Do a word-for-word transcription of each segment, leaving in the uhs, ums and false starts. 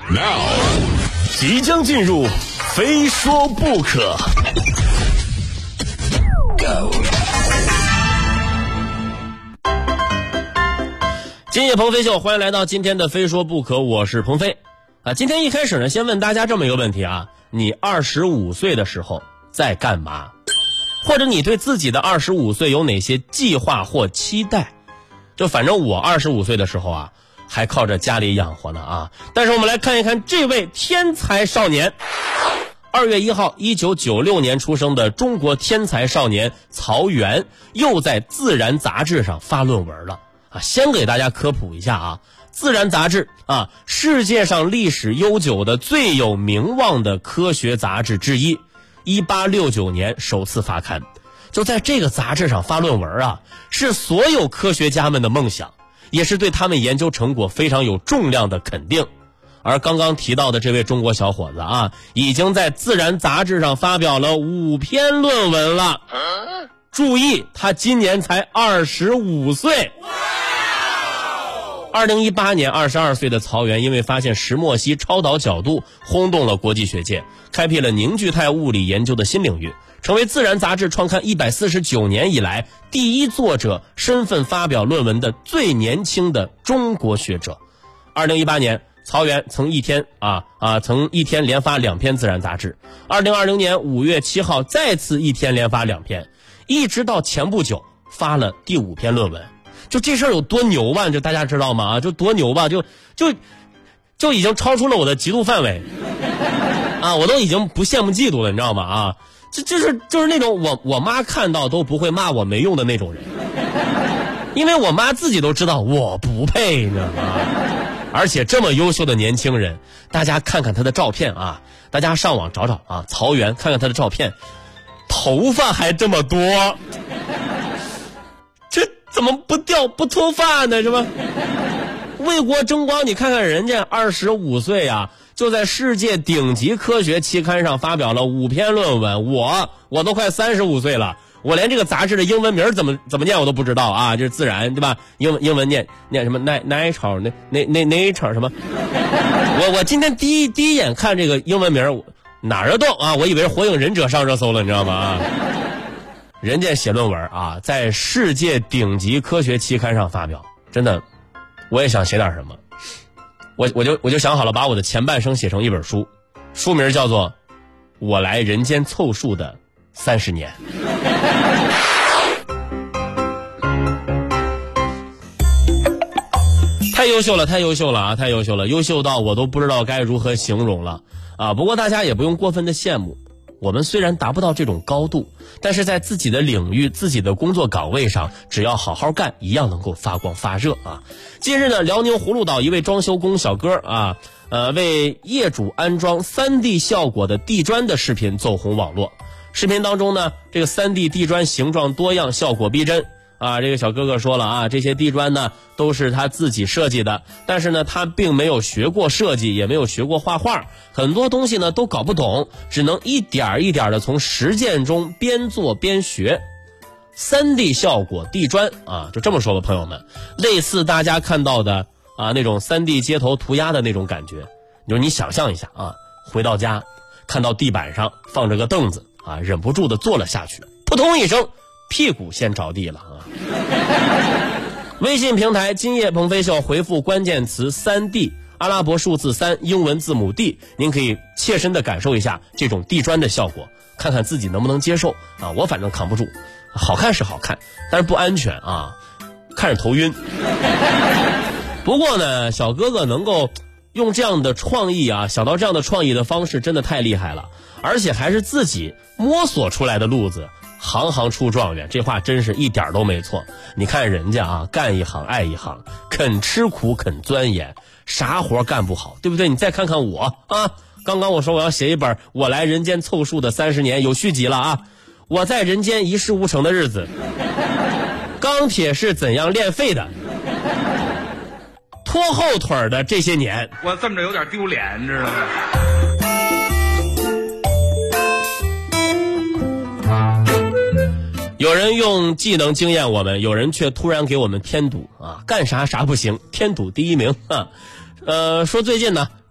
Now， 即将进入，非说不可。Go。今夜鹏飞秀，欢迎来到今天的非说不可，我是鹏飞啊。今天一开始呢，先问大家这么一个问题啊：你二十五岁的时候在干嘛？或者你对自己的二十五岁有哪些计划或期待？就反正我二十五岁的时候啊，还靠着家里养活呢啊。但是我们来看一看这位天才少年。二月一号，一九九六年出生的中国天才少年曹原，又在《自然》杂志上发论文了啊。先给大家科普一下啊，《自然》杂志啊，世界上历史悠久的最有名望的科学杂志之一，一八六九年首次发刊。就在这个杂志上发论文啊，是所有科学家们的梦想，也是对他们研究成果非常有重量的肯定。而刚刚提到的这位中国小伙子啊，已经在《自然》杂志上发表了五篇论文了。注意，他今年才二十五岁。二零一八年，二十二岁的曹原因为发现石墨烯超导角度，轰动了国际学界，开辟了凝聚态物理研究的新领域，成为《自然》杂志创刊一百四十九年以来第一作者身份发表论文的最年轻的中国学者。二零一八年，曹原曾一天啊啊曾一天连发两篇《自然》杂志。二零二零年五月七号再次一天连发两篇，一直到前不久发了第五篇论文。就这事儿有多牛吧，就大家知道吗？啊，就多牛吧，就就就已经超出了我的嫉妒范围啊！我都已经不羡慕嫉妒了，你知道吗？啊，这就是就是那种我我妈看到都不会骂我没用的那种人，因为我妈自己都知道我不配，你知道吗？而且这么优秀的年轻人，大家看看他的照片啊，大家上网找找啊，曹原看看他的照片，头发还这么多。这怎么不掉不脱发呢？是吧？为国争光，你看看人家二十五岁啊，就在世界顶级科学期刊上发表了五篇论文。我我都快三十五岁了，我连这个杂志的英文名怎么怎么念我都不知道啊！就是《自然》对吧？英文英文念念什么 nature 那那那 nature 什么？我我今天第一第一眼看这个英文名哪儿都啊，我以为是《火影忍者》上热搜了，你知道吗？啊！人家写论文啊，在世界顶级科学期刊上发表，真的，我也想写点什么，我我就我就想好了，把我的前半生写成一本书，书名叫做《我来人间凑数的三十年》。太优秀了，太优秀了啊，太优秀了，优秀到我都不知道该如何形容了啊！不过大家也不用过分的羡慕。我们虽然达不到这种高度，但是在自己的领域、自己的工作岗位上，只要好好干，一样能够发光发热啊！近日呢，辽宁葫芦岛一位装修工小哥啊，呃，为业主安装 三 D 效果的地砖的视频走红网络。视频当中呢，这个 三 D 地砖形状多样，效果逼真。啊，这个小哥哥说了啊，这些地砖呢都是他自己设计的，但是呢他并没有学过设计，也没有学过画画，很多东西呢都搞不懂，只能一点一点的从实践中边做边学。三 D 效果地砖啊，就这么说吧，朋友们，类似大家看到的啊那种 三 D 街头涂鸦的那种感觉，就是你想象一下啊，回到家看到地板上放着个凳子啊，忍不住的坐了下去，扑通一声。屁股先着地了啊！微信平台今夜鹏飞秀回复关键词 三 D 阿拉伯数字三英文字母 D， 您可以切身的感受一下这种地砖的效果，看看自己能不能接受啊！我反正扛不住，好看是好看，但是不安全啊，看着头晕。不过呢，小哥哥能够用这样的创意啊，想到这样的创意的方式，真的太厉害了，而且还是自己摸索出来的路子。行行出状元，这话真是一点都没错。你看人家啊，干一行爱一行，肯吃苦肯钻研，啥活干不好，对不对？你再看看我啊，刚刚我说我要写一本《我来人间凑数的三十年》，有续集了啊。我在人间一事无成的日子，钢铁是怎样炼废的，拖后腿的这些年， 我这么着有点丢脸，你知道吗？ 有人用技能惊艳我们，有人却突然给我们添堵啊！干啥啥不行，添堵第一名啊！呃，说最近呢，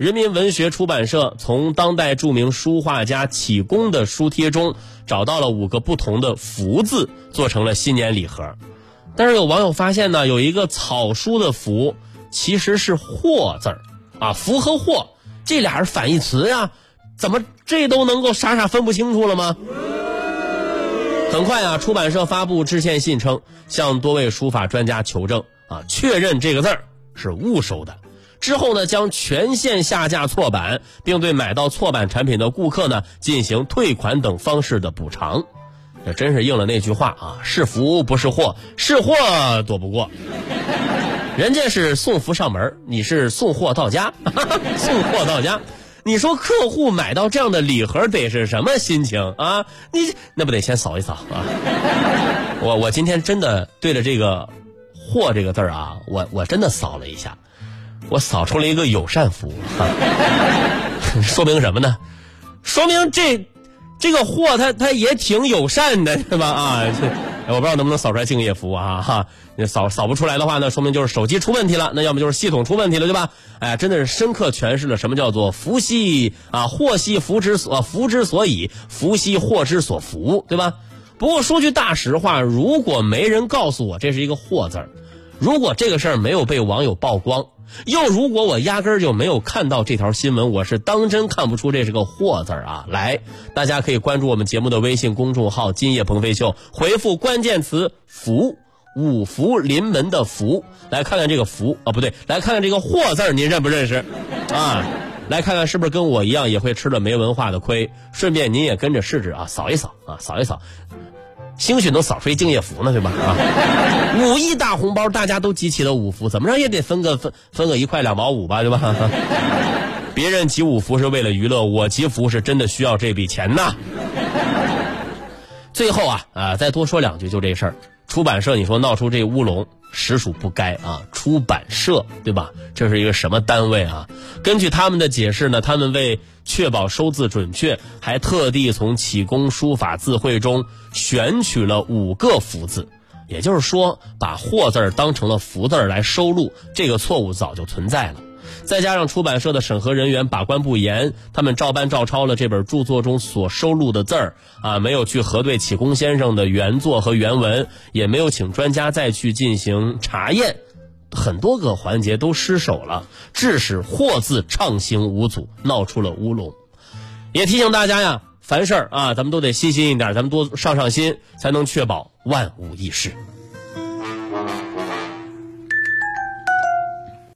人民文学出版社从当代著名书画家启功的书帖中找到了五个不同的福字，做成了新年礼盒。但是有网友发现呢，有一个草书的福其实是祸字儿啊，福和祸这俩是反义词呀，怎么这都能够傻傻分不清楚了吗？很快啊，出版社发布致歉信称，向多位书法专家求证啊，确认这个字儿是误收的。之后呢，将全线下架错版，并对买到错版产品的顾客呢进行退款等方式的补偿。这真是应了那句话啊，是福不是祸，是祸躲不过。人家是送福上门，你是送货到家，送货到家。你说客户买到这样的礼盒得是什么心情啊？你那不得先扫一扫啊？我我今天真的对着这个货这个字啊，我我真的扫了一下，我扫出了一个友善服啊，说明什么呢？说明这这个货它它也挺友善的，对吧？啊，我不知道能不能扫出来敬业福啊哈。你扫扫不出来的话呢，说明就是手机出问题了，那要么就是系统出问题了，对吧？哎，真的是深刻诠释了什么叫做福兮啊，祸兮福之所福之所以，福兮祸之所伏，对吧？不过说句大实话，如果没人告诉我这是一个祸字儿，如果这个事儿没有被网友曝光，又如果我压根儿就没有看到这条新闻，我是当真看不出这是个祸字儿啊！来，大家可以关注我们节目的微信公众号今夜鹏飞秀，回复关键词福，五福临门的福，来看看这个福啊，不对，来看看这个祸字儿您认不认识啊？来看看是不是跟我一样也会吃了没文化的亏，顺便您也跟着试试啊，扫一扫啊，扫一扫，兴许能扫出一敬业福呢，对吧？啊，五亿大红包，大家都集齐了五福，怎么着也得分个分分个一块两毛五吧，对吧？别人集五福是为了娱乐，我集福是真的需要这笔钱呐。最后啊啊，再多说两句，就这事儿，出版社你说闹出这乌龙，实属不该啊！出版社对吧？这是一个什么单位啊？根据他们的解释呢，他们为确保收字准确，还特地从启功书法字汇中选取了五个福字，也就是说，把祸字当成了福字来收录，这个错误早就存在了。再加上出版社的审核人员把关不严，他们照搬照抄了这本著作中所收录的字儿啊，没有去核对启功先生的原作和原文，也没有请专家再去进行查验，很多个环节都失手了，致使祸字畅行无阻，闹出了乌龙。也提醒大家呀，凡事啊，咱们都得细心一点，咱们多上上心，才能确保万无一失。